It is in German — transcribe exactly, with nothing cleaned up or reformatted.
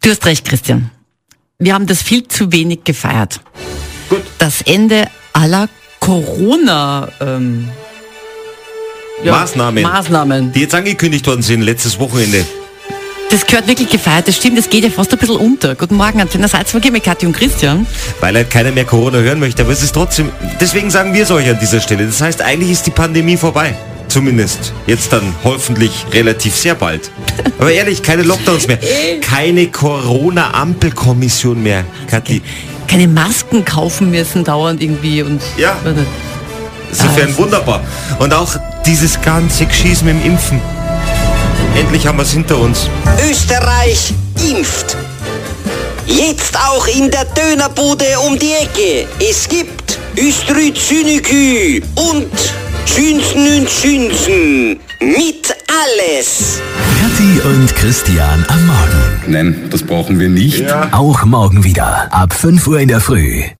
Du hast recht, Christian. Wir haben das viel zu wenig gefeiert. Gut. Das Ende aller Corona ähm, ja, Maßnahmen. Maßnahmen. Die jetzt angekündigt worden sind, letztes Wochenende. Das gehört wirklich gefeiert, das stimmt, das geht ja fast ein bisschen unter. Guten Morgen, Antenne Salzburg mit Kathi und Christian. Weil halt keiner mehr Corona hören möchte, aber es ist trotzdem, deswegen sagen wir es euch an dieser Stelle. Das heißt, eigentlich ist die Pandemie vorbei. Zumindest. Jetzt dann hoffentlich relativ sehr bald. Aber ehrlich, keine Lockdowns mehr. Keine Corona-Ampelkommission mehr, Kathi. Keine Masken kaufen müssen dauernd irgendwie und... Ja. Insofern also wunderbar. Und auch dieses ganze Geschieß mit dem Impfen. Endlich haben wir es hinter uns. Österreich impft. Jetzt auch in der Dönerbude um die Ecke. Es gibt Österreich-Synekü und Schünzen und Schünzen. Mit alles. Kathi und Christian am Morgen. Nein, das brauchen wir nicht. Ja. Auch morgen wieder ab fünf Uhr in der Früh.